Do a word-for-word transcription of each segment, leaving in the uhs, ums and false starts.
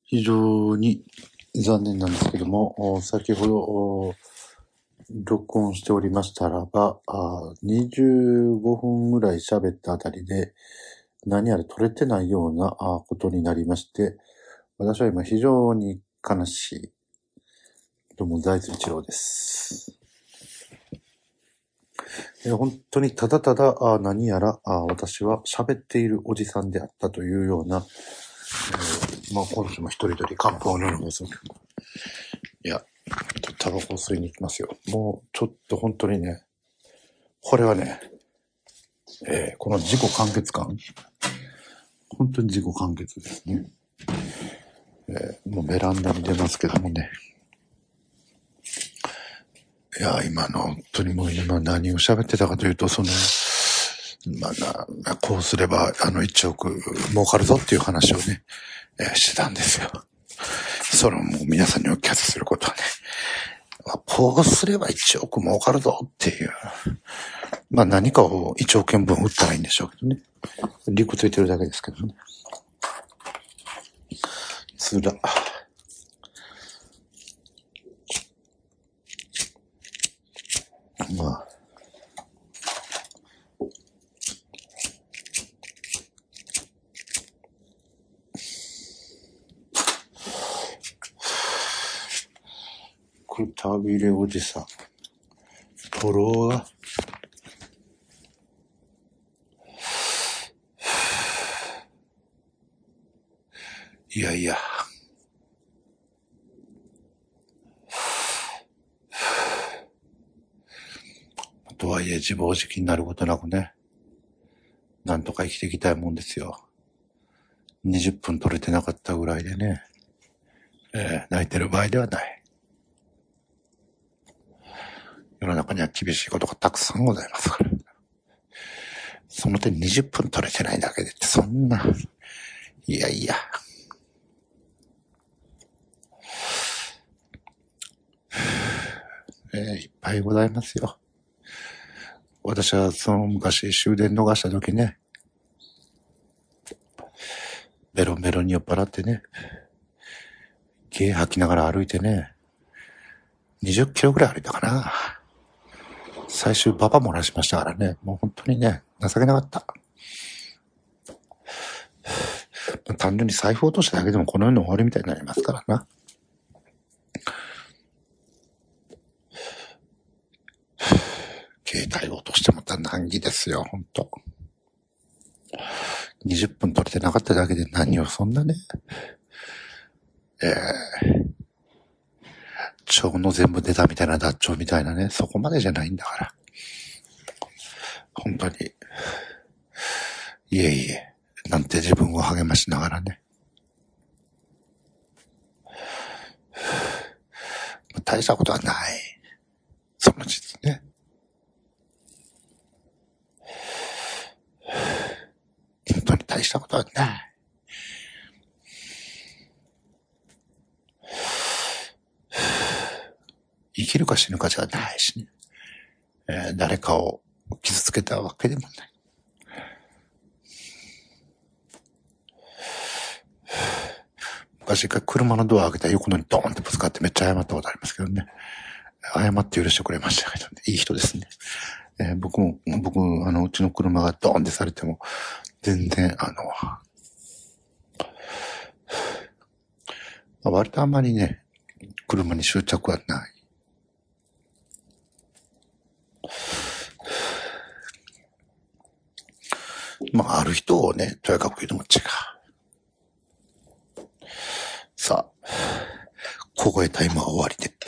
非常に残念なんですけども、先ほど録音しておりましたらば、にじゅうごふんぐらい喋ったあたりで何やら取れてないようなことになりまして、私は今非常に悲しい。どうも、財津一郎です。え本当にただただあ何やらあ私は喋っているおじさんであったというような、えー、まあ今週も一人一人漢方の放送局。いや、タバコを吸いに行きますよ。もうちょっと本当にね、これはね、えー、この自己完結感、本当に自己完結ですね。えー、もうベランダに出ますけどもね。いや、今の本当にもう今何を喋ってたかというと、その、まあな、こうすればあのいちおく儲かるぞっていう話をね、えー、してたんですよ。それをもう皆さんにお聞かせすることはね、こうすればいちおく儲かるぞっていう、まあ何かをいちおくえんぶん売ったらいいんでしょうけどね。理屈言ってるだけですけどね。つら。まあ。くたびれおじさん。フォロワー。いやいや。とはいえ自暴自棄になることなくね、なんとか生きていきたいもんですよ。にじゅっぷん取れてなかったぐらいでね、えー、泣いてる場合ではない。世の中には厳しいことがたくさんございますから。その点にじゅっぷん取れてないだけでってそんな、いやいや。えー、いっぱいございますよ。私はその昔終電逃した時ね、ベロンベロンに酔っ払ってね、ゲー吐きながら歩いてね、にじゅっキロぐらい歩いたかな。最終ババ漏らしましたからね、もう本当にね、情けなかった。単純に財布落としただけでもこの世の終わりみたいになりますからな。携帯を落としても難儀ですよ、ほんと。にじゅっぷん取れてなかっただけで何をそんなね、えー、腸の全部出たみたいな脱腸みたいなね、そこまでじゃないんだから。本当に。いえいえ、なんて自分を励ましながらね。大したことはない。その実ね。本当に大したことはない。生きるか死ぬかじゃないしね。えー、誰かを傷つけたわけでもない。昔一回車のドア開けた横のにドーンってぶつかってめっちゃ謝ったことありますけどね。謝って許してくれましたけどね。いい人ですね。えー、僕も、僕、あの、うちの車がドーンってされても、全然、あの、割とあんまりね、車に執着はない。まあ、ある人をね、とやかく言うのも違う。さあ、凍えた今は終わりで。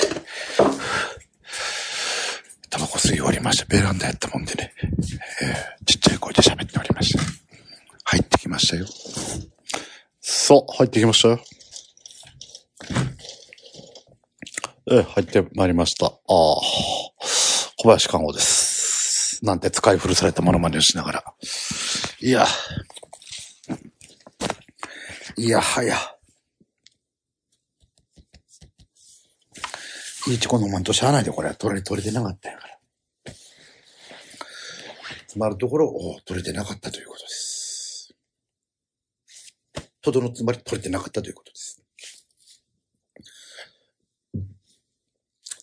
タバコ吸い終わりました。ベランダやったもんでね、えー、ちっちゃい声で喋っておりました。入ってきましたよ。そう、入ってきましたよ。えー、入ってまいりました。ああ、小林看護です。なんて使い古されたものまねをしながら。いや、いやはや。いいチコのまんとしゃあないで、これは取れ、取れてなかったんやから。つまるところ、取れてなかったということです。とどのつまり取れてなかったということです。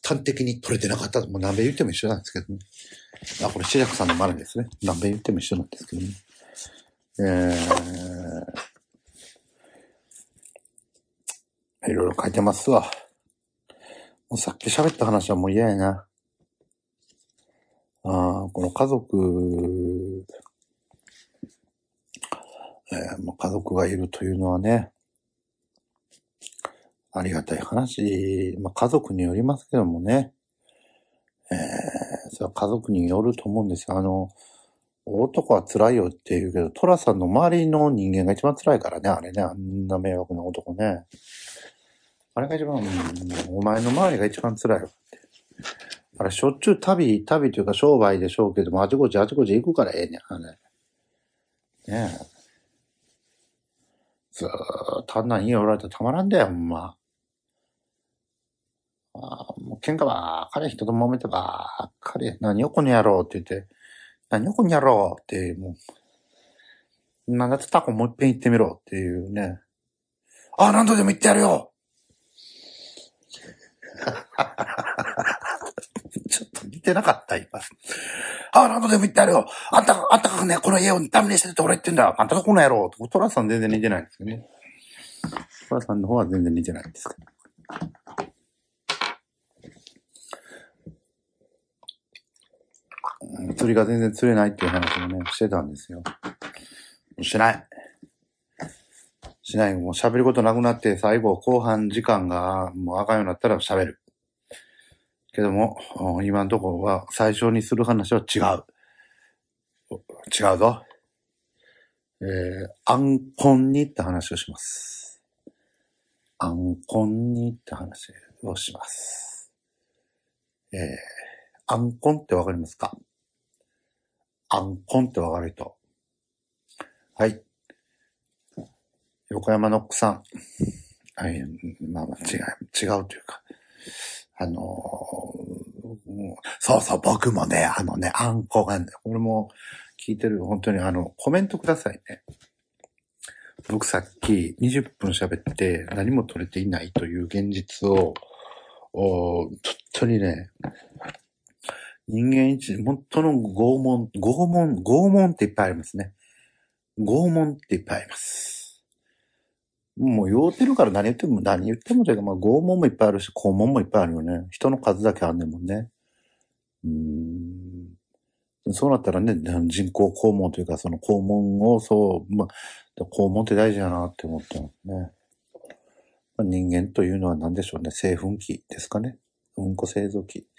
端的に取れてなかったと、もう何べん言っても一緒なんですけどね。あ、これ、シジャクさんの真似ですね。何べん言っても一緒なんですけどね。えー、いろいろ書いてますわ。もうさっき喋った話はもう嫌やな。ああ、この家族、えー、もう家族がいるというのはね、ありがたい話、まあ、家族によりますけどもね、えー、それは家族によると思うんですよ。あの、男は辛いよって言うけど、トラさんの周りの人間が一番辛いからね、あれね、あんな迷惑な男ね。あれが一番、うん、お前の周りが一番辛いよって。あれ、しょっちゅう旅、旅というか商売でしょうけども、あちこちあちこち行くからええねん、あれ。ねえ。ずーっとあんなん家おられたらたまらんだよ、ほんま。あもう喧嘩ばっかり人と揉めてばっかり、何よこの野郎って言って、何よこの野郎って、もう、なんだってタコもう一遍言ってみろっていうね。あ、何度でも言ってやるよちょっと似てなかった、今。あ、何度でも言ってやるよあんた、あんたがね、この家をダメにしてるって俺言ってんだあんたがこの野郎トラさん全然似てないんですよね。トラさんの方は全然似てないんですけど。釣りが全然釣れないっていう話もね、してたんですよ。しない。しない。もう喋ることなくなって、最後、後半時間がもうあかんようになったら喋る。けども、今のところは最初にする話は違う。違うぞ。えー、アンコンにって話をします。アンコンにって話をします。えー、アンコンってわかりますか？アンコンってわかる人。はい。横山ノックさん。はい、まあまあ違う、違うというか。あのー、そうそう、僕もね、あのね、あんこがね、これも聞いてる、本当にあの、コメントくださいね。僕さっきにじゅっぷん喋って何も取れていないという現実を、お本当にね、人間一、本当の拷問、拷問、拷問っていっぱいありますね。拷問っていっぱいあります。もう酔ってるから何言っても、何言ってもというか、まあ拷問もいっぱいあるし、肛門もいっぱいあるよね。人の数だけあんねんもんね。うーんそうなったらね、人工肛門というか、その肛門をそう、まあ、肛門って大事だなって思ったんですね。まあ、人間というのは何でしょうね。生分器ですかね。うんこ製造機。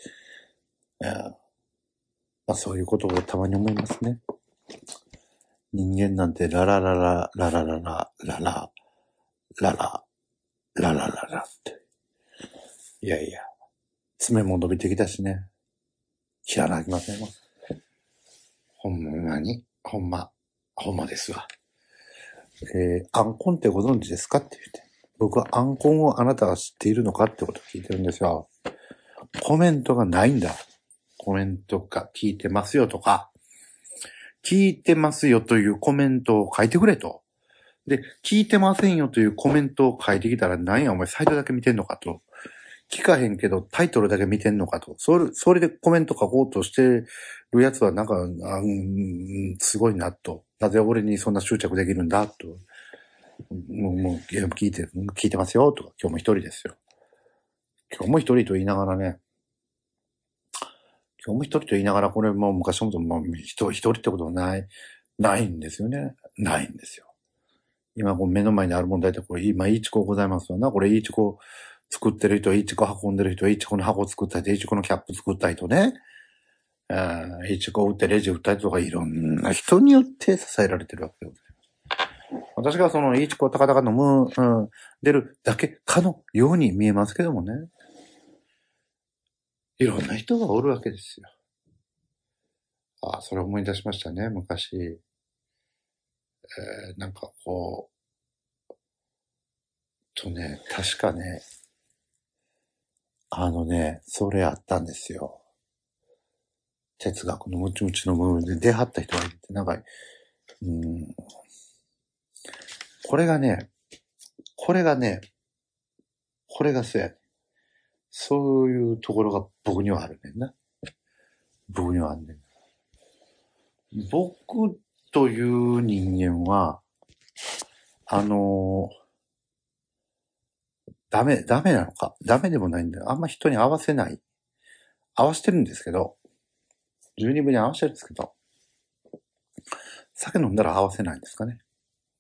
まあ、そういうことをたまに思いますね。人間なんてラララララララララララララララララって。いやいや、爪も伸びてきたしね。切らなきませんわ。ほんまに、ほんま、ほんまですわ。えー、アンコンってご存知ですかって言って。僕はアンコンをあなたが知っているのかってことを聞いてるんですよ。コメントがないんだ。コメントが聞いてますよとか、聞いてますよというコメントを書いてくれと。で、聞いてませんよというコメントを書いてきたら、なんやお前サイトだけ見てんのかと。聞かへんけどタイトルだけ見てんのかと。それ、それでコメント書こうとしてるやつはなんか、あうん、すごいなと。なぜ俺にそんな執着できるんだと。もう、もう聞いて、聞いてますよとか、今日も一人ですよ。今日も一人と言いながらね、今日も一人と言いながら、これもう昔もとも一人ってことはない、ないんですよね。ないんですよ。今こう目の前にある問題ってこれ、今、イチコございますよな。これ、イチコ作ってる人、イチコ運んでる人、イチコの箱作った人、イチコのキャップ作った人ね。イチコ売ってレジ売ったりとか、いろんな人によって支えられてるわけでございます。私がそのイチコをタカタカ飲む、うん、出るだけかのように見えますけどもね。いろんな人がおるわけですよ。ああ、それ思い出しましたね、昔。えー、なんかこう、とね、確かね、あのね、それあったんですよ。哲学のムチムチの部分で出会った人がいて、なんか、うん、これがね、これがね、これがそうや。 そういうところが僕にはあるねんな。僕にはあるねん。僕という人間は、あのー、ダメ、ダメなのか。ダメでもないんだよ。あんま人に合わせない。合わせてるんですけど、十二分に合わせてるんですけど、酒飲んだら合わせないんですかね。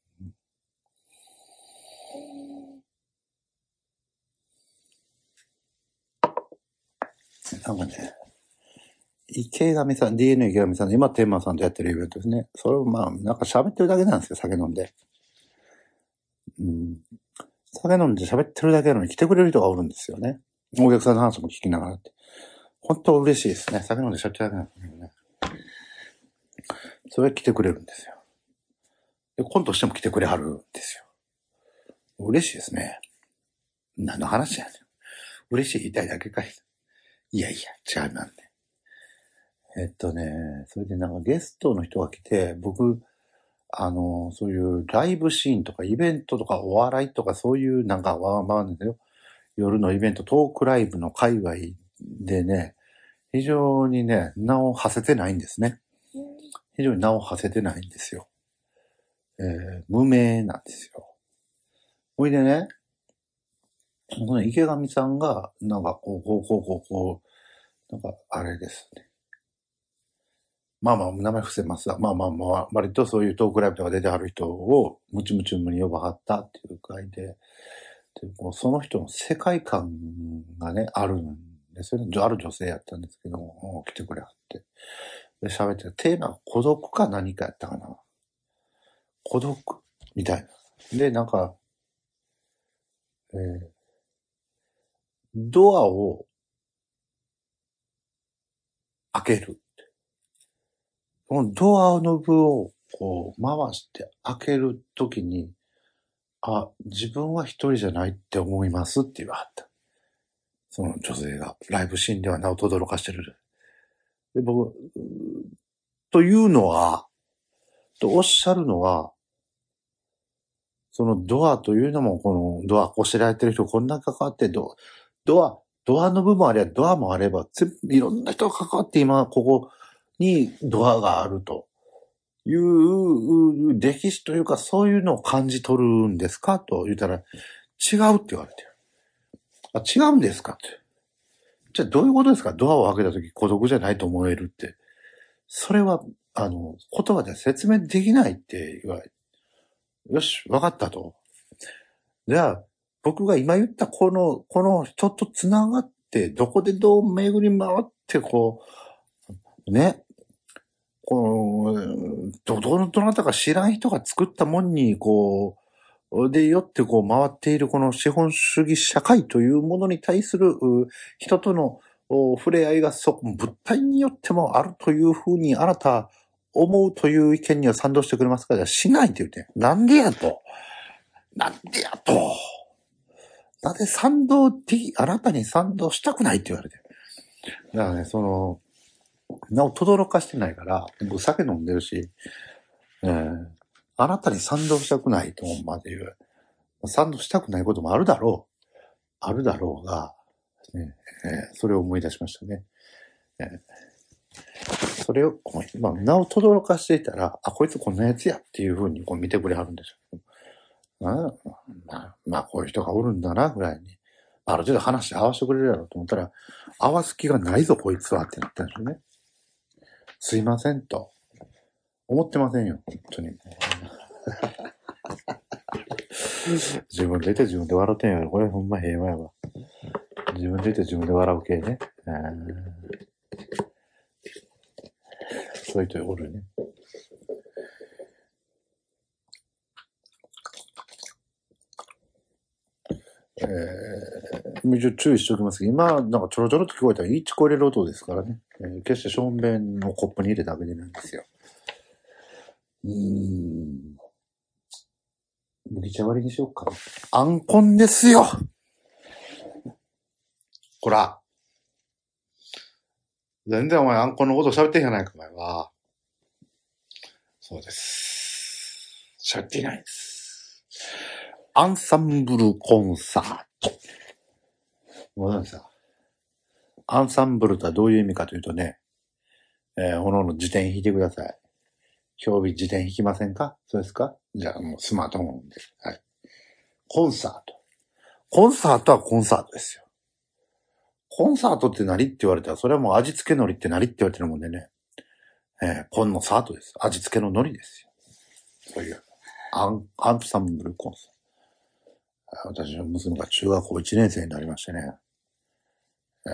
なんかね、池上さん、ディーエヌエー 池上さん、今テーマさんとやってるイベントですね。それをまあ、なんか喋ってるだけなんですよ、酒飲んで。うん。酒飲んで喋ってるだけなのに来てくれる人がおるんですよね。お客さんの話も聞きながらって。本当嬉しいですね。酒飲んで喋ってるだけなんですよね。それ来てくれるんですよ。で、コントしても来てくれはるんですよ。嬉しいですね。何の話やねん。嬉しい言いたいだけかい。いやいや、違うなんで。えっとね、それでなんかゲストの人が来て、僕、あの、そういうライブシーンとかイベントとかお笑いとかそういうなんかわーわーなんですよ。夜のイベント、トークライブの界隈でね、非常にね、名を馳せてないんですね。非常に名を馳せてないんですよ。えー、無名なんですよ。ほいでね、この池上さんが、なんかこう、こう、こう、こう、こう、なんかあれですね。まあまあ、名前伏せますが、まあまあまあ、割とそういうトークライブとか出てはる人を、ムチムチムに呼ばはったっていう回で、でもその人の世界観がね、あるんですよね。ある女性やったんですけども、来てくれはって。で、喋ってた。テーマが孤独か何かやったかな。孤独みたいな。で、なんか、えー、ドアを開ける。このドアノブをこう回して開けるときに、あ、自分は一人じゃないって思いますって言わはった。その女性が。ライブシーンでは名を轟かしてる。で、僕、というのは、とおっしゃるのは、そのドアというのも、このドアこしられてる人こんな関わってド、ドア、ドアノブもあれば、ドアもあれば、全部いろんな人が関わって今、ここにドアがあるという歴史というか、そういうのを感じ取るんですかと言ったら、違うって言われてる。あ、違うんですかって。じゃあどういうことですか？ドアを開けたとき孤独じゃないと思えるって。それは、あの、言葉で説明できないって言われて。よし、わかったと。じゃあ、僕が今言ったこの、この人と繋がって、どこでどう巡り回って、こう、ね、この、ど、どの、どなたか知らん人が作ったもんに、こう、でよってこう回っているこの資本主義社会というものに対する人との触れ合いがそこ、物体によってもあるというふうにあなた思うという意見には賛同してくれますか？じゃあしないって言って。なんでやと。なんでやと。なぜ賛同でき、あなたに賛同したくないって言われて。だからね、その、なお轟かしてないから、僕酒飲んでるし、えー、あなたに賛同したくないとまで言う。賛同したくないこともあるだろう。あるだろうが、ねえー、それを思い出しましたね。えー、それを、まあ、なお轟かしていたら、あ、こいつこんなやつやっていうふうにこう見てくれはるんですよ。あまあ、まあ、こういう人がおるんだな、ぐらいに。ある程度話合わせてくれるやろうと思ったら、合わす気がないぞ、こいつはってなったんですよね。すいませんと。思ってませんよ、本当に。自分で言って自分で笑ってんやろ。これほんま平和やわ。自分で言って自分で笑う系ね。そういう人おるね。えー、一応注意しておきますけど、今、なんかちょろちょろと聞こえたら、いちこ入れる音ですからね。えー、決して正面のコップに入れたわけじゃないんですよ。うーん。麦茶割りにしようかな。アンコンですよ！こら。全然お前アンコンのこと喋ってんじゃないか、お前は。そうです。喋っていないです。アンサンブルコンサート。ごめんなさい。 アンサンブルとはどういう意味かというとね、えー、おのおの辞典引いてください。表日辞典引きませんか？そうですか？じゃあもうスマートフォンで。はい。コンサート。コンサートはコンサートですよ。コンサートって何って言われたら、それはもう味付け海苔って何って言われてるもんでね。えー、コンのサートです。味付けの海苔ですよ。そういう、アン、アンサンブルコンサート。私の娘が中学校いちねん生になりましてね。えー、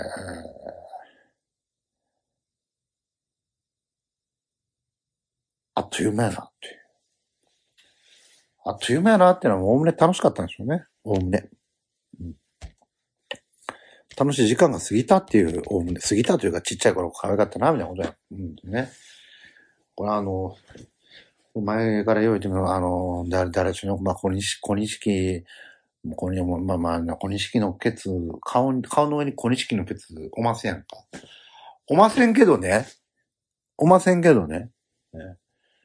あっという間やなっていう。あっという間やなっていうのは、おおむね楽しかったんでしょうね。おおむね。うん、楽しい時間が過ぎたっていう、おおむね、過ぎたというかちっちゃい頃可愛かったな、みたいなことや。うん、ね。これあの、前から言われても、あの、誰、誰しの、まあ、小西、小錦、小西も、まあまあ、小錦のケツ、顔、顔の上に小錦のケツ、おませんやんか。おませんけどね。おませんけどね。ね、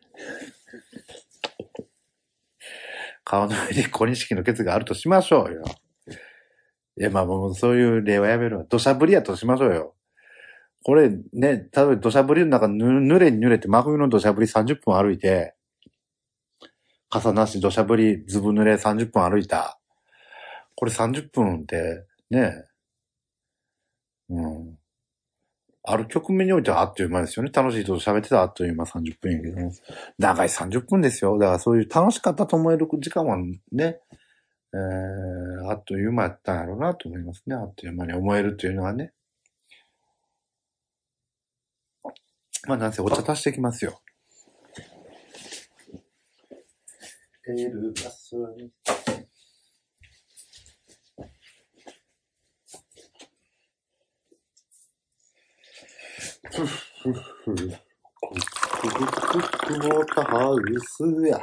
顔の上に小錦のケツがあるとしましょうよ。いや、まあもうそういう例はやめるわ。土砂降りやとしましょうよ。これね、例えば土砂降りの中ぬ濡れに濡れて真冬の土砂降りさんじゅっぷん歩いて、傘なし土砂降りずぶ濡れさんじゅっぷん歩いた。これさんじゅっぷんってね、うん。ある局面においてはあっという間ですよね。楽しい人と喋ってたらあっという間さんじゅっぷんやけど、長いさんじゅっぷんですよ。だからそういう楽しかったと思える時間はね、えー、あっという間やったんやろうなと思いますね。あっという間に思えるというのはね。まあなんせお茶足してきますよ。エルバスにふっふっふクッククックウォーターハウスや。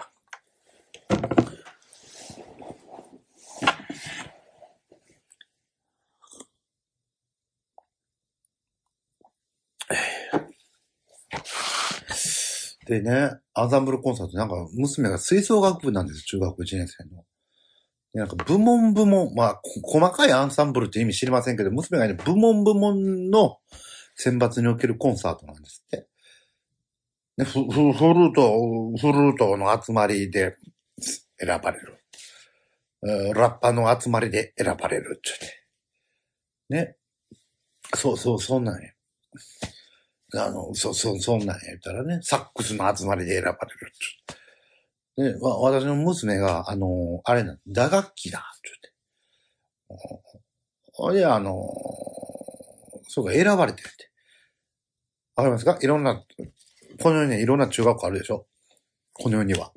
でね、アンサンブルコンサート、なんか娘が吹奏楽部なんです、中学校いちねん生の。でなんか部門部門、まあ、細かいアンサンブルって意味知りませんけど、娘がね、部門部門の選抜におけるコンサートなんですって。でフフフルート、フルートの集まりで選ばれる。ラッパの集まりで選ばれるって言って。ね。そうそう、そんなんや。あの、そうそう、そんなんや言ったらね、サックスの集まりで選ばれるって。で、わ私の娘が、あの、あれな、打楽器だって言って。ほいで、あの、そうか、選ばれてるって。わかりますか？いろんな、この世にね、いろんな中学校あるでしょ？この世には。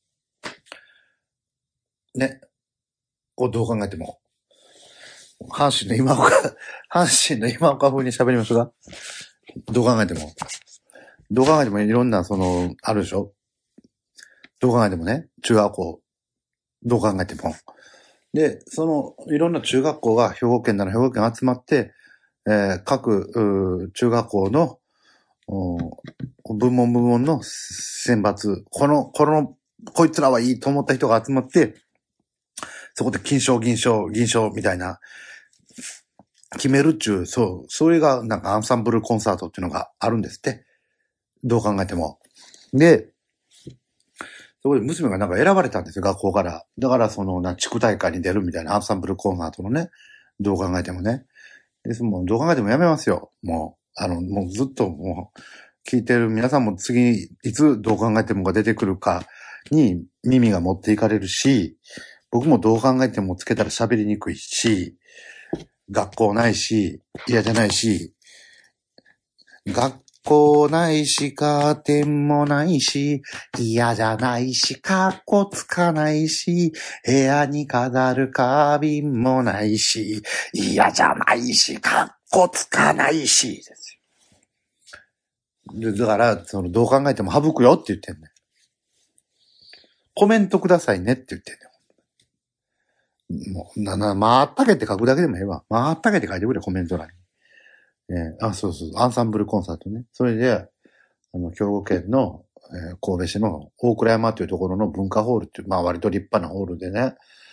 ね。こうどう考えても。阪神の今岡、阪神の今岡風に喋りますが、どう考えても。どう考えてもいろんな、その、あるでしょ？どう考えてもね、中学校、どう考えても。で、その、いろんな中学校が兵庫県なら兵庫県集まって、えー、各、中学校の、部門部門の選抜、この、この、こいつらはいいと思った人が集まって、そこで金賞、銀賞、銀賞みたいな、決めるっちゅう、そう、それがなんかアンサンブルコンサートっていうのがあるんですって。どう考えても。で、そこで娘がなんか選ばれたんですよ、学校から。だからその、な、地区大会に出るみたいなアンサンブルコンサートのね、どう考えてもね。で、もうどう考えてもやめますよ。もう、あの、もうずっともう、聞いてる皆さんも次、いつどう考えてもが出てくるかに耳が持っていかれるし、僕もどう考えてもつけたら喋りにくいし、学校ないし、嫌じゃないし、学校ないし、カーテンもないし、嫌じゃないし、かっこつかないし、部屋に飾る花瓶もないし、嫌じゃないし、かっこつかないし、ですよ。だから、その、どう考えても省くよって言ってんね。コメントくださいねって言ってんね。もう、な、な、まったけって書くだけでもええわ。まったけって書いてくれ、コメント欄に。えー、あ、そうそう、アンサンブルコンサートね。それで、あの、兵庫県の、えー、神戸市の大倉山というところの文化ホールっていう、まあ割と立派なホールでね、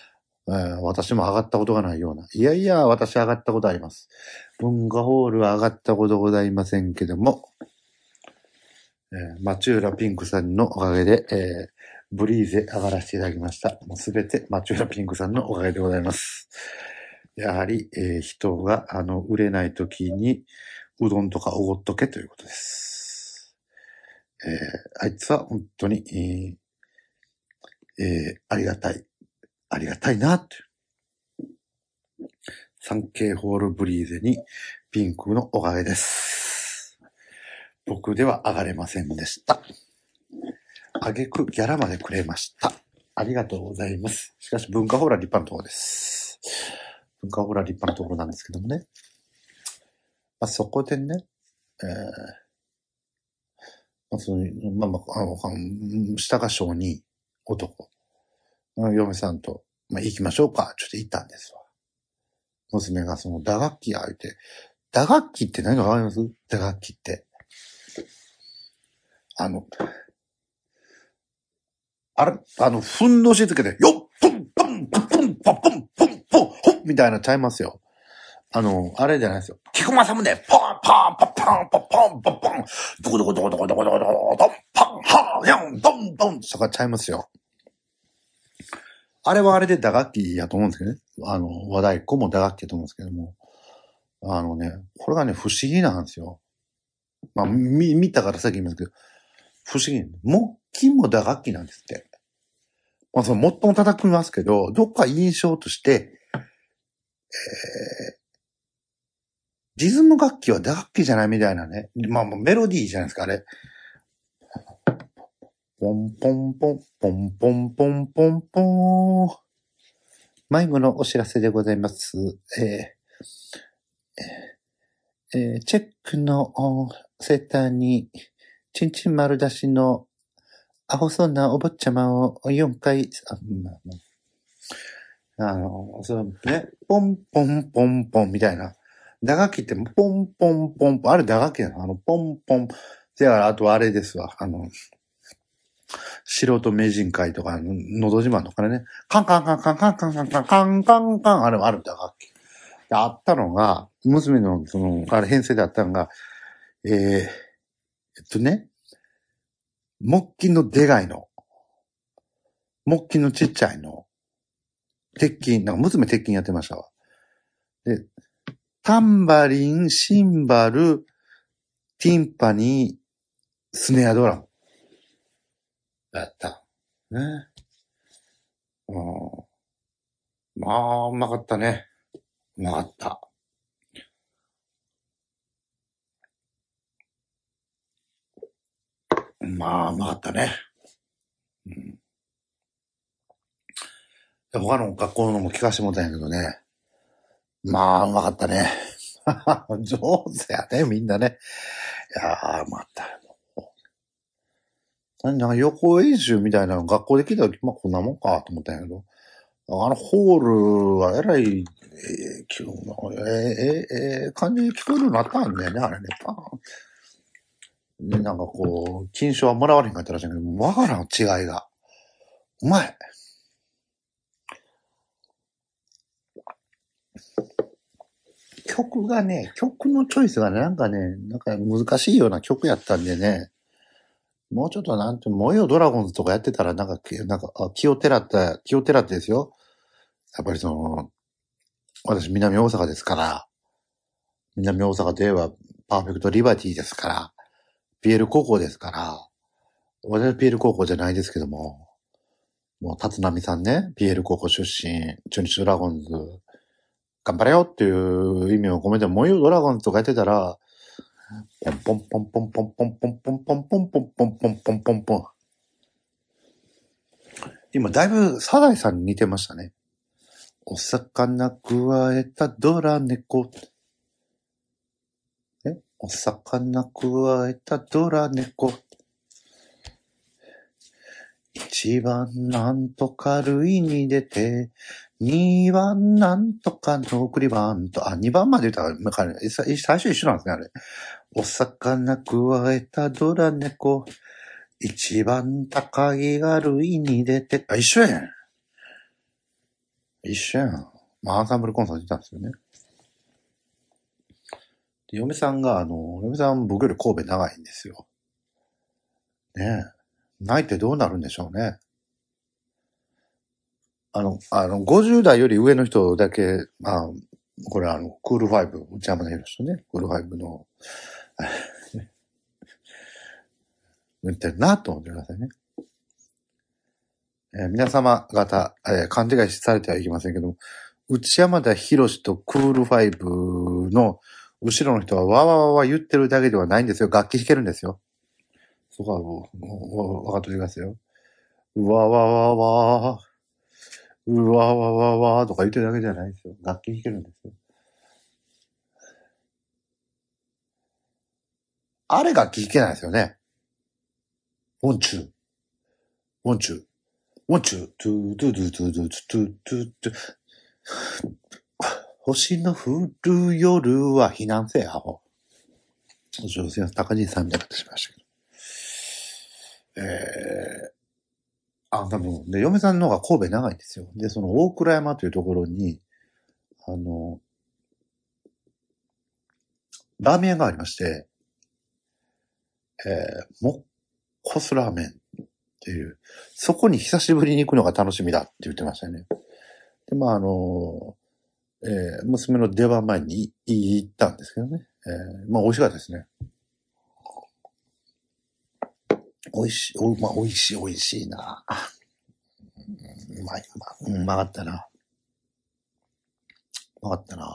えー、私も上がったことがないような。いやいや、私上がったことあります。文化ホールは上がったことございませんけども、えー、町浦ピンクさんのおかげで、えー、ブリーゼ上がらせていただきました。もうすべて町浦ピンクさんのおかげでございます。やはり、えー、人が、あの、売れない時に、うどんとかおごっとけということです。えー、あいつは本当に、えーえー、ありがたい。ありがたいな、という。サンケイホールブリーゼにピンクのおかげです。僕では上がれませんでした。あげくギャラまでくれました。ありがとうございます。しかし文化ホールは立派なところです。文化ホールは立派なところなんですけどもね。まあ、そこでね、えー、まあ、そのまあまあ、あの、下が小に男、嫁さんと、まあ、行きましょうか。ちょっと行ったんですわ。娘がその打楽器や言うて、打楽器って何かわかります？打楽器って。あの、あれ、あの、ふんどしつけて、よっポンポンポンポンポンポンポンポンほっみたいなちゃいますよ。あの、あれじゃないですよ。菊間さむね、ポンポンポンポンポンポンポンポン、どこどこどこどこどこどこどこどこ、ポンハーヤンドンドンとかちゃいますよ。あれはあれで打楽器やと思うんですけどね。あの、和太鼓も打楽器やと思うんですけども。あのね、これがね、不思議なんですよ。まあ、見、見たからさっき言いますけど、不思議。木琴も打楽器なんですって。まあ、その、もっとも叩きますけど、どっか印象として、えー、リズム楽器は打楽器じゃないみたいなね。まあ、もうメロディーじゃないですか、あれ。ポンポンポン、ポンポンポンポンポン。迷子のお知らせでございます。えーえー、チェックのセーターに、チンチン丸出しのアホそうなお坊ちゃまをよんかい、あ、まあまあ、あの、そうね、ポンポンポンポンみたいな。打楽器ってポンポンポンポン、あれ打楽器なの？あの、ポンポン。だからあとあれですわ。あの、素人名人会とか、のど自慢とかね、カンカンカンカンカンカンカンカンカンカンカン、あれもある打楽器。あったのが、娘のその、あれ編成であったのが、えー、えっとね、木琴のでかいの。木琴のちっちゃいの。鉄琴、なんか娘鉄琴やってましたわ。で、タンバリン、シンバル、ティンパニー、スネアドラム。だった。ね。うん。まあ、うまかったね。うまかった。まあ、うまかったね。うん。他の学校のも聞かせてもらったんやけどね。まあ、うまかったね。上手やね、みんなね。いやー、うまかった。なんか予行演習みたいなの学校で聞いたとき、まあこんなもんかと思ったんやけど、あのホールはえらい、えー、えー、えー、えー、感じに聞こえるようになったんだよね、あれね。パーン。で、なんかこう、金賞はもらわれへんかったらしいけど、わからん違いが。うまい。曲がね、曲のチョイスがね、なんかね、なんか難しいような曲やったんでね、もうちょっとなんて、燃えよドラゴンズとかやってたら、なんか、なんか、気をてらった、気をてらってですよ。やっぱりその、私南大阪ですから、南大阪といえばパーフェクトリバティですから、ピエール高校ですから、私はピエール高校じゃないですけども、もう立浪さんね、ピエール高校出身、中日ドラゴンズ、頑張れよっていう意味を込めて、燃えよドラゴンズとかやってたら、ポンポンポンポンポンポンポンポンポンポンポンポンポンポンポン。今だいぶサザエさんに似てましたね。お魚くわえたドラ猫。えお魚くわえたドラ猫。一番なんとか塁に出て、二番なんとかの送りバント。あ、二番まで言ったら、最初一緒なんですね、あれ。お魚くわえたドラ猫。一番高木が塁に出て、あ、一緒やん。 一緒やん。まあ、アンサンブルコンサート行ったんですよね。で、嫁さんが、あの、嫁さん僕より神戸長いんですよ。ねえ。泣いてどうなるんでしょうね。あの、あの、ごじゅう代より上の人だけ、まあ、これあの、クールファイブ、内山田博人ね、クールファイブの、言ってるなと思ってくださいね。えー皆様方、えー勘違いされてはいけませんけども、内山田博士とクールファイブの後ろの人はわわわわ言ってるだけではないんですよ。楽器弾けるんですよ。そこはもう、もう分かっておいてくださいよ。うわわわわうわわわわとか言ってるだけじゃないですよ。楽器弾けるんですよ。あれ楽器弾けないですよね。ウォンチュー。ウォンチュー。ウォンチュー。トゥートゥートゥートゥートゥートゥートゥートゥー星の降る夜は避難せえ、アホ。すいません、高地さんみたいになってしまいましたけど。えー、あ、多分、で、嫁さんの方が神戸長いんですよ。で、その大倉山というところに、あの、ラーメン屋がありまして、えー、もっこすラーメンっていう、そこに久しぶりに行くのが楽しみだって言ってましたよね。で、まあ、あの、えー、娘の出番前に行ったんですけどね。えー、まあ、美味しかったですね。美味しい、お、まあ、美味しい、美味しいな。うまい、うま、うまかったな。うまかったな。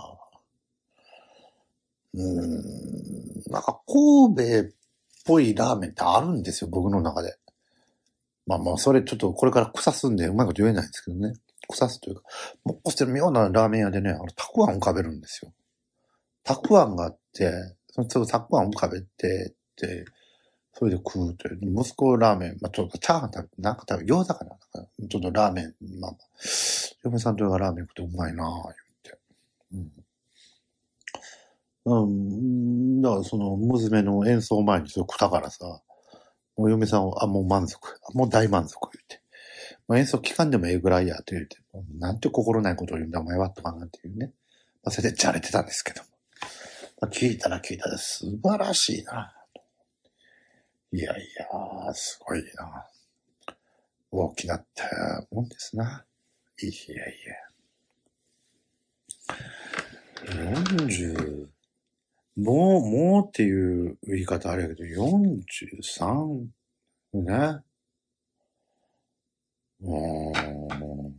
うーん、なんか神戸っぽいラーメンってあるんですよ、僕の中で。まあまあ、それちょっとこれから腐すんでうまいこと言えないんですけどね。腐すというか、もっこしてる妙なラーメン屋でね、あの、たくあん浮かべるんですよ。たくあんがあって、そのたくあん浮かべて、で、それで食うという。息子ラーメン、まあちょっとチャーハン食べて、なんか食べ、餃子かななんかちょっとラーメン、まあまあ、嫁さんとがラーメン食ってうまいなぁ、言って。うん。うん、だからその、娘の演奏前にそれ食ったからさ、もう嫁さんは、あ、もう満足。もう大満足言って。まあ、演奏聞かんでもええぐらいや、と言って。なんて心ないことを言うんだ、お前は、とかなんていうね。まあ、それでじゃれてたんですけど。まあ、聞いたら聞いたら素晴らしいな。いやいや、すごいな。大きなったもんですな。いやいや。よんじゅう、もう、もうっていう言い方あれやけど、よんじゅうさんね。うーん。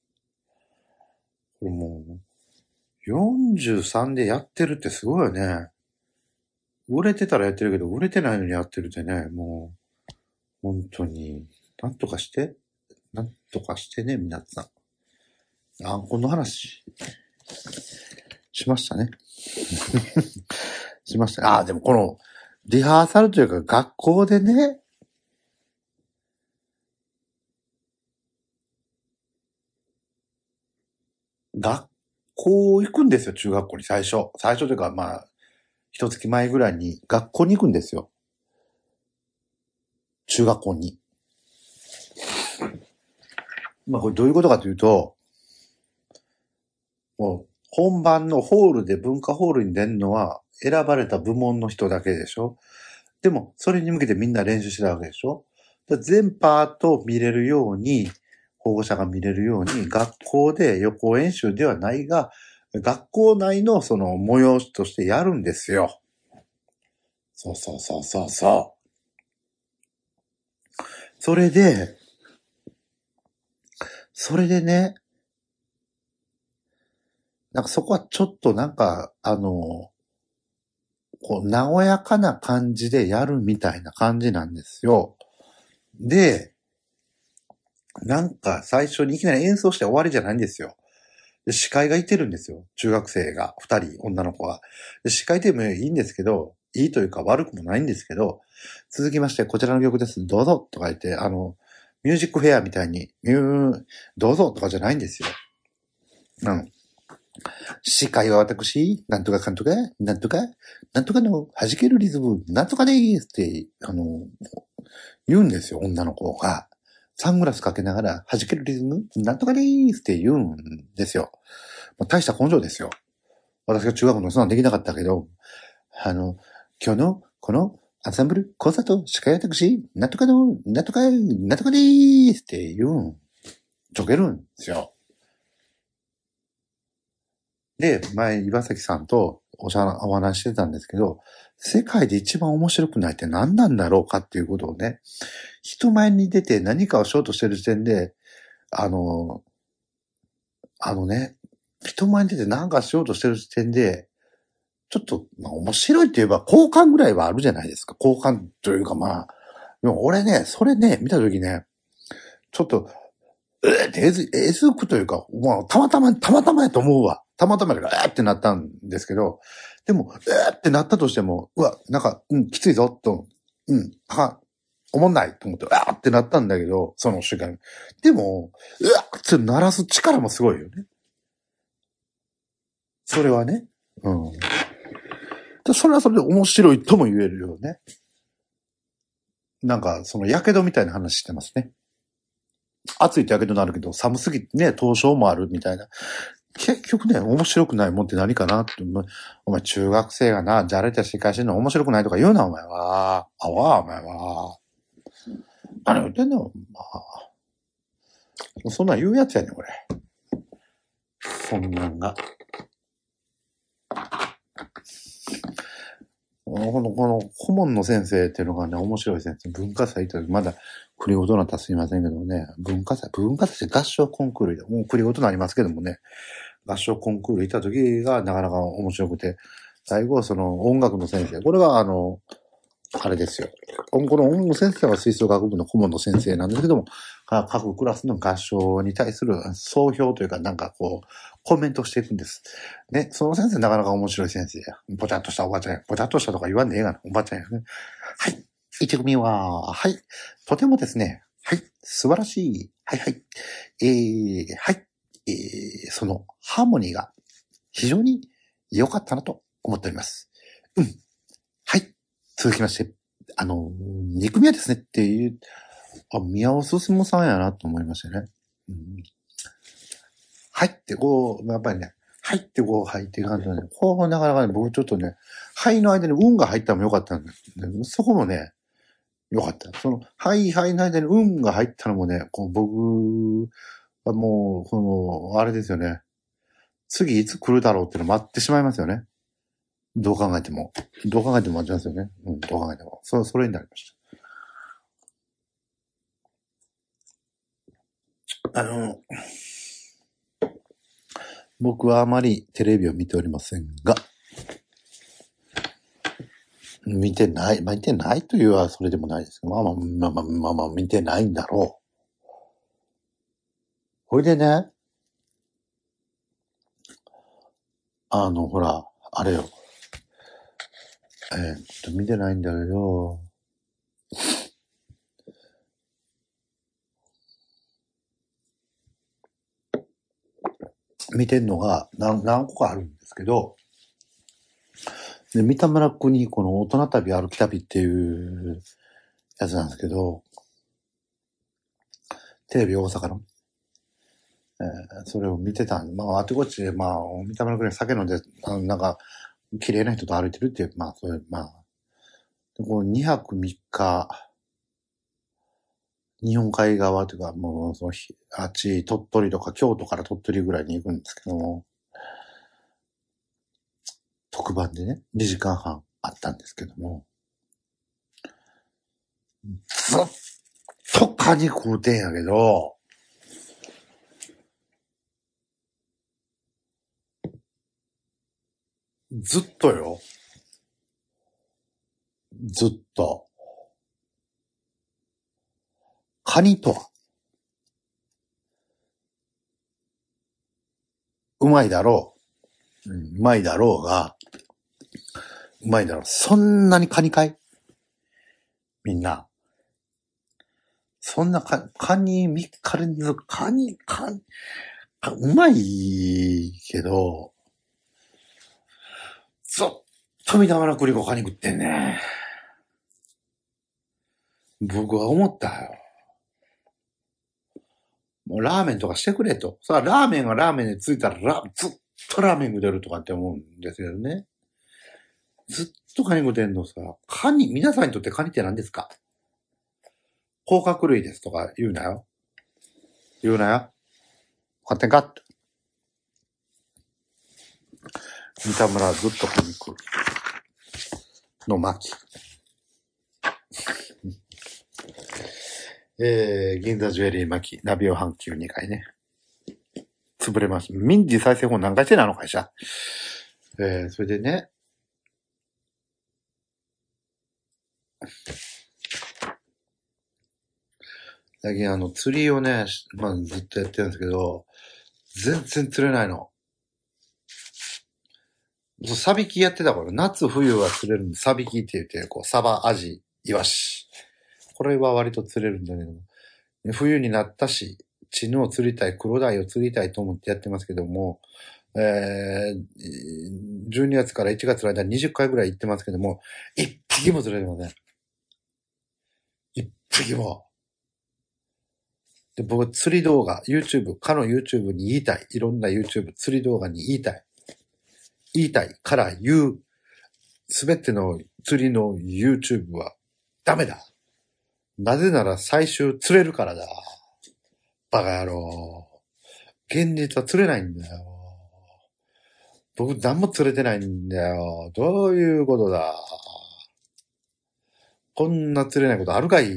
これもう、よんじゅうさんでやってるってすごいよね。売れてたらやってるけど、売れてないのにやってるってね、もう、本当に、なんとかして、なんとかしてね、皆さん。あ、この話、しましたね。しましたね。あ、でもこの、リハーサルというか学校でね、学校行くんですよ、中学校に最初。最初というか、まあ、一月前ぐらいに学校に行くんですよ。中学校に。まあ、これどういうことかというと、もう、本番のホールで文化ホールに出るのは、選ばれた部門の人だけでしょ。でも、それに向けてみんな練習してたわけでしょ。全パート見れるように、保護者が見れるように、学校で予行演習ではないが、学校内のその催しとしてやるんですよ。そうそうそうそうそう。それで、それでね、なんかそこはちょっとなんか、あの、こう、和やかな感じでやるみたいな感じなんですよ。で、なんか最初にいきなり演奏して終わりじゃないんですよ。で司会がいてるんですよ。中学生が二人、女の子が。で司会でもいいんですけど、いいというか悪くもないんですけど、続きましてこちらの曲です。どうぞとか言って、あの、ミュージックフェアみたいに、ミュー、どうぞとかじゃないんですよ。うん。司会は私、なんとかかんとか、なんとか、なんとかの弾けるリズム、なんとかでーすって、あの、言うんですよ、女の子が。 サングラスかけながら弾けるリズムなんとかでーすって言うんですよ。まあ、大した根性ですよ。私が中学のそんなんできなかったけど、あの、今日のこのアンサンブルコンサート司会私、なんとかの、なんとか、なんとかでーすって言うん。ちょけるんですよ。で、前、岩崎さんとおしゃお話ししてたんですけど、世界で一番面白くないって何なんだろうかっていうことをね、人前に出て何かをしようとしてる時点で、あの、あのね、人前に出て何かしようとしてる時点で、ちょっと、まあ、面白いって言えば好感ぐらいはあるじゃないですか。好感というかまあ、でも俺ね、それね、見たときね、ちょっと、えーってえず、えずくというか、まあ、たまたま、たまたまやと思うわ。たまたまやから、えーってなったんですけど、でも、えーってなったとしても、うわ、なんか、うん、きついぞ、と、うん、は、思んないと思って、うわーってなったんだけど、その瞬間。でも、うわーって鳴らす力もすごいよね。それはね。うん。それはそれで面白いとも言えるよね。なんか、その、やけどみたいな話してますね。暑いとやけどになるけど、寒すぎてね、凍傷もあるみたいな。結局ね、面白くないもんって何かなって、お前中学生がな、じゃれたしかしてんの面白くないとか言うな、お前は。あわ、お前は。何言ってんの、まあ。そんなん言うやつやねん、これ。そんなんが。この、この、顧問の先生っていうのがね、面白い先生。文化祭という、まだ、繰り事なったらすいませんけどね。文化祭、文化祭って合唱コンクールで、もう繰り事になりますけどもね。合唱コンクール行った時がなかなか面白くて、最後その音楽の先生、これはあの、あれですよ。この音楽先生は吹奏楽部の顧問の先生なんですけども、各クラスの合唱に対する総評というかなんかこう、コメントしていくんです。ね、その先生なかなか面白い先生や。ぼちゃっとしたおばちゃんや。ぼちゃっとしたとか言わんでええがな。おばちゃんやね。はい。一組は、はい。とてもですね、はい。素晴らしい。はいはい。えー、はい。えー、そのハーモニーが非常に良かったなと思っております。うん。はい。続きまして、あの、に組はですねっていう、あ、宮尾進さんやなと思いましたね。うん、はいってこう、やっぱりね、はいってこう入っていかんとね、こうなかなかね、僕ちょっとね、はいの間に運が入ったのも良かったんです。そこもね、良かった。その、はいはいの間に運が入ったのもね、こう僕はもう、この、あれですよね。次いつ来るだろうっていうの待ってしまいますよね。どう考えても。どう考えても待ちますよね。うん、どう考えても。そ、それになりました。あの、僕はあまりテレビを見ておりませんが、見てない、まあ、見てないというはそれでもないですけど、まあまあ、まあまあ、まあまあ、見てないんだろう。ほいでね、あの、ほら、あれよ。えー、っと、見てないんだけど、見てんのが何、何個かあるんですけど、で、三田村区にこの大人旅歩き旅っていうやつなんですけど、テレビ大阪の、えー、それを見てたんで、まあ、あちこちで、まあ、三田村区に酒飲んで、あのなんか、綺麗な人と歩いてるっていう、まあ、そういう、まあ、でこうにはくみっか、日本海側というか、もう、その、あっち、鳥取とか京都から鳥取ぐらいに行くんですけども、特番でね、にじかんはんあったんですけども、ずっとカニ食うてんやけど、ずっとよ。ずっと。カニとは、うまいだろう。うん、うまいだろうが、うまいだろう。そんなにカニかいみんな。そんなか、カニみっか連続、カニ、カニ、うまいけど、ずっと見たまらくりこカニ食ってんね。僕は思ったよ。 もうラーメンとかしてくれと。さあ、ラーメンがラーメンでついたらラ、ずっとラーメン食えるとかって思うんですよね。ずっとカニ食ってんのさ、カニ、皆さんにとってカニって何ですか？甲殻類ですとか言うなよ。言うなよ。勝手にかって。三田村ずっとカニ食う。の巻。えー、銀座ジュエリー巻き、ナビオ阪急にかいね。潰れました。民事再生法何回してなの会社。えー、それでね。最近あの、釣りをね、まあずっとやってるんですけど、全然釣れないの。サビキやってたから、夏冬は釣れるんで、サビキって言って、こう、サバ、アジ、イワシ。これは割と釣れるんだけども。冬になったし、チヌを釣りたい、黒鯛を釣りたいと思ってやってますけども、えー、じゅうにがつからいちがつの間ににじゅっかいぐらい行ってますけども、一匹も釣れてません。一匹も。で、僕、釣り動画、YouTube、かの YouTube に言いたい。いろんな YouTube、釣り動画に言いたい。言いたいから言う。すべての釣りの YouTube はダメだ。なぜなら最終釣れるからだ。バカ野郎。現実は釣れないんだよ。僕何も釣れてないんだよ。どういうことだ。こんな釣れないことあるかい。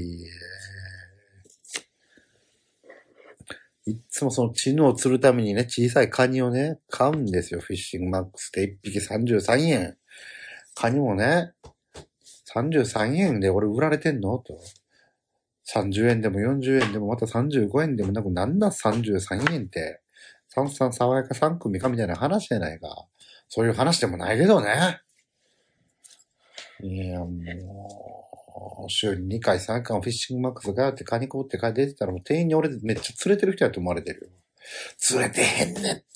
いつもそのチヌを釣るためにね、小さいカニをね、買うんですよ。フィッシングマックスでいっぴきさんじゅうさんえん。カニもね、さんじゅうさんえんで俺売られてんのと。さんじゅうえんでもよんじゅうえんでもまたさんじゅうごえんでもなくなんださんじゅうさんえんって。さんさん爽やかさん組かみたいな話じゃないか。そういう話でもないけどね。いや、もう、週ににかいさんかいフィッシングマックスがあってカニコって帰って出てたらもう店員に俺めっちゃ釣れてる人やと思われてるよ。釣れてへんねって。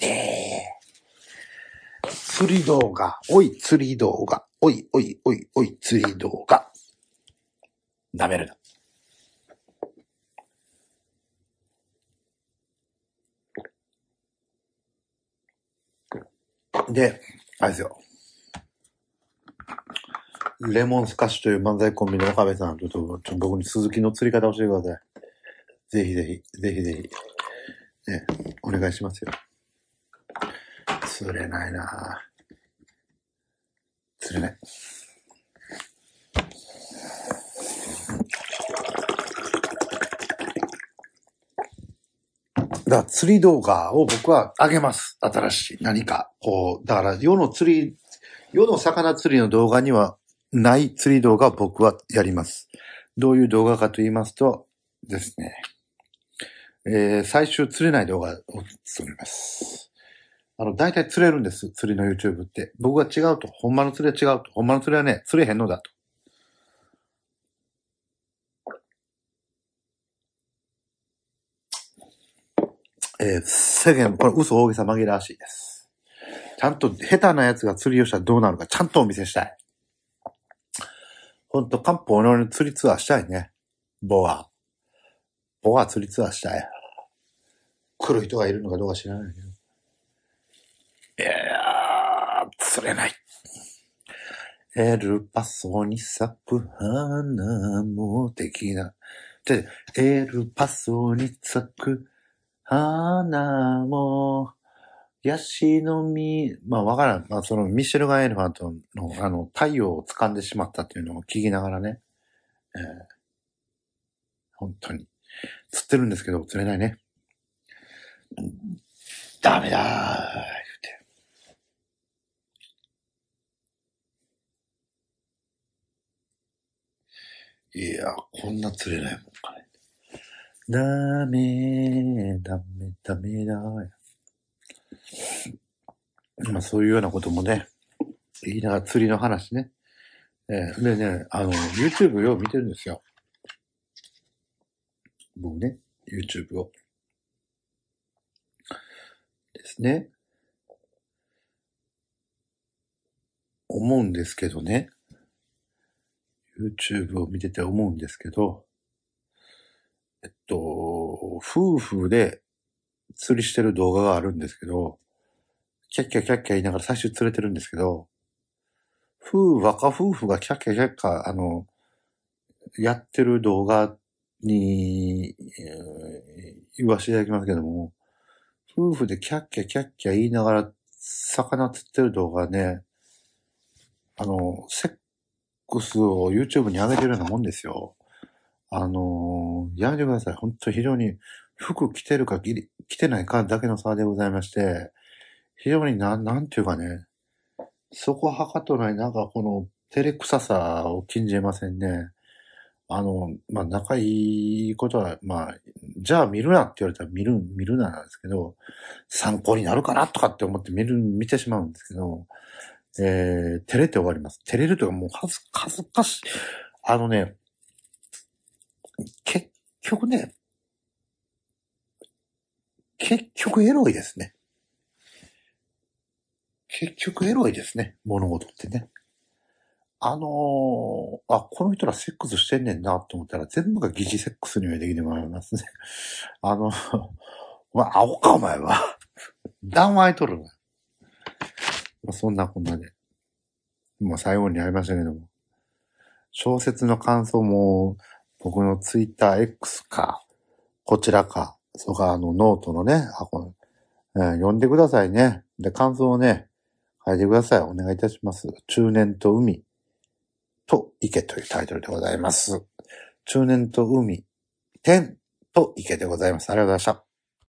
釣り動画。おい、釣り動画。おい、おい、おい、おい、釣り動画。ダメるな。で、あれですよ。レモンスカッシュという漫才コンビの岡部さん、ちょっと、ちょっと僕に鈴木の釣り方を教えてください。ぜひぜひ、ぜひぜひ。ね、お願いしますよ。釣れないなぁ。釣れない。だから釣り動画を僕は上げます。新しい何か。こう、だから世の釣り、世の魚釣りの動画にはない釣り動画を僕はやります。どういう動画かと言いますとですね、えー、最終釣れない動画を作ります。あの、大体釣れるんです。釣りの YouTube って。僕は違うと。ほんまの釣りは違うと。ほんまの釣りはね、釣れへんのだと。えー、世間、これ嘘大げさ紛らわしいです。ちゃんと下手な奴が釣りをしたらどうなるかちゃんとお見せしたい。ほんと、漢方の釣りツアーしたいね。ボア。ボア釣りツアーしたい。来る人がいるのかどうか知らないけど。いやー、釣れない。エルパソに咲く花も的な。で、エルパソに咲く花も、ヤシの実、まあわからん。まあそのミシェルガン・エルファントのあの太陽を掴んでしまったっていうのを聞きながらね、えー、本当に釣ってるんですけど釣れないね。ダメだー言って。いや、こんな釣れないもんかね。ダメー、ダメ、ダメだー。まあそういうようなこともね、言いながら釣りの話ね。えー、でね、あの、YouTube よう見てるんですよ。僕ね、YouTube を。ですね。思うんですけどね。YouTube を見てて思うんですけど、えっと、夫婦で釣りしてる動画があるんですけど、キャッキャキャッキャ言いながら最終釣れてるんですけど、夫若夫婦がキャッキャキャッキャ、あの、やってる動画に、えー言わせていただきますけども、夫婦でキャッキャキャッキャ言いながら魚釣ってる動画ね、あの、セックスを YouTube に上げてるようなもんですよ。あのー、やめてください。本当非常に服着てるか着着てないかだけの差でございまして、非常になん、なんていうかね、そこはかとない、なんかこの照れくささを禁じえませんね。あの、まあ、仲いいことは、まあ、じゃあ見るなって言われたら見る、見るななんですけど、参考になるかなとかって思って見る、見てしまうんですけど、えー、照れて終わります。照れるというかもう恥ず、恥ずかしい。あのね、結局ね、結局エロいですね。結局エロいですね。物事ってね。あのー、あ、この人らセックスしてんねんなと思ったら全部が疑似セックスにはできてもらいますね。あの、まあ、青かお前は。談話いとるわ。まあ、そんなこんなで。もう最後にありましたけども。小説の感想も僕のツイッター X か、こちらか、それからあのノートのね、あこの、えー読んでくださいね。で、感想をね、書いてください。お願いいたします。中年と海と池というタイトルでございます。中年と海、天と池でございます。ありがとうございました。